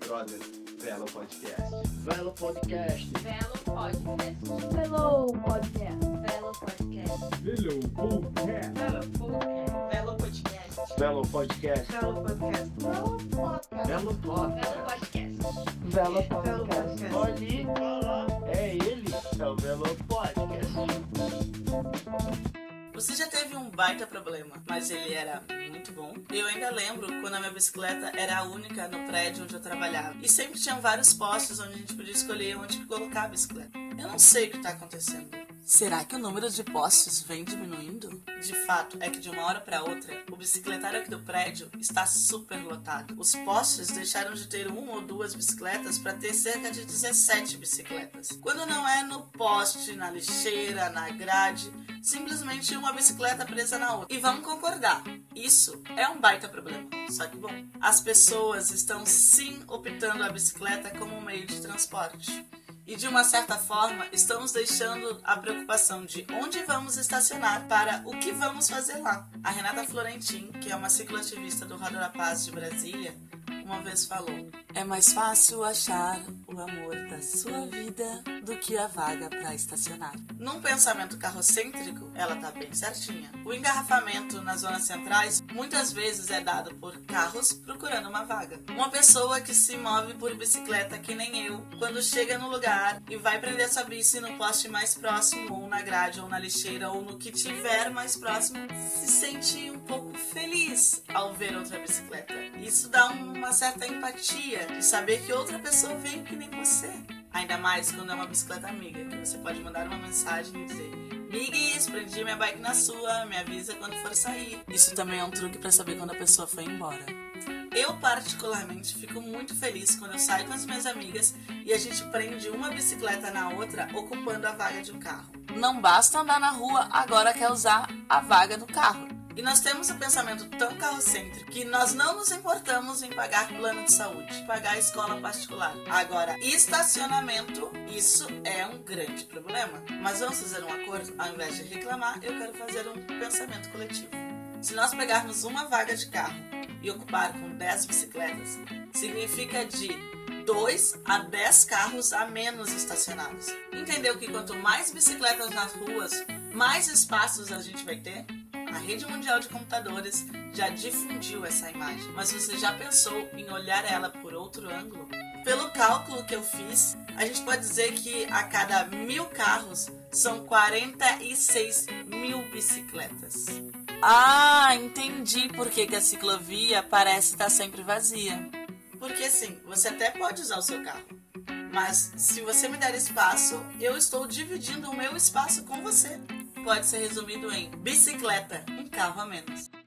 brother. Velo Podcast. Velo Podcast. Velo Podcast. Hello, podcast. Velo Podcast. Velo Podcast. Velo Podcast. Velo Podcast. Velo Podcast. Velo Podcast. Velo Podcast. Velo podcast. Olha, é ele, é o Velo Podcast. Você já teve um baita problema, mas ele era muito bom? Eu ainda lembro quando a minha bicicleta era a única no prédio onde eu trabalhava. E sempre tinham vários postos onde a gente podia escolher onde colocar a bicicleta. Eu não sei o que está acontecendo. Será que o número de postes vem diminuindo? De fato, é que de uma hora para outra, o bicicletário aqui do prédio está super lotado. Os postes deixaram de ter uma ou duas bicicletas para ter cerca de 17 bicicletas. Quando não é no poste, na lixeira, na grade, simplesmente uma bicicleta presa na outra. E vamos concordar, isso é um baita problema. Só que bom, as pessoas estão sim optando a bicicleta como um meio de transporte. E de uma certa forma, estamos deixando a preocupação de onde vamos estacionar para o que vamos fazer lá. A Renata Florentin, que é uma cicloativista do Roda da Paz de Brasília, uma vez falou: é mais fácil achar o amor da sua vida do que a vaga para estacionar. Num pensamento carrocêntrico, ela tá bem certinha. O engarrafamento nas zonas centrais muitas vezes é dado por carros procurando uma vaga. Uma pessoa que se move por bicicleta, que nem eu, quando chega no lugar e vai prender sua bici no poste mais próximo, ou na grade, ou na lixeira, ou no que tiver mais próximo, se sente um pouco feliz ao ver outra bicicleta. Isso dá uma certa empatia de saber que outra pessoa veio que nem você. Ainda mais quando é uma bicicleta amiga, que você pode mandar uma mensagem e dizer: Miguis, prendi minha bike na sua, me avisa quando for sair. Isso também é um truque para saber quando a pessoa foi embora. Eu particularmente fico muito feliz quando eu saio com as minhas amigas e a gente prende uma bicicleta na outra ocupando a vaga de um carro. Não basta andar na rua, agora quer usar a vaga do carro. E nós temos um pensamento tão carrocêntrico que nós não nos importamos em pagar plano de saúde, pagar escola particular. Agora, estacionamento, isso é um grande problema. Mas vamos fazer um acordo? Ao invés de reclamar, eu quero fazer um pensamento coletivo. Se nós pegarmos uma vaga de carro e ocupar com 10 bicicletas, significa de 2 a 10 carros a menos estacionados. Entendeu que quanto mais bicicletas nas ruas, mais espaços a gente vai ter? A Rede Mundial de Computadores já difundiu essa imagem, mas você já pensou em olhar ela por outro ângulo? Pelo cálculo que eu fiz, a gente pode dizer que a cada 1000 carros são 46 mil bicicletas. Ah, entendi por que a ciclovia parece estar sempre vazia. Porque sim, você até pode usar o seu carro, mas se você me der espaço, eu estou dividindo o meu espaço com você. Pode ser resumido em bicicleta, um carro a menos.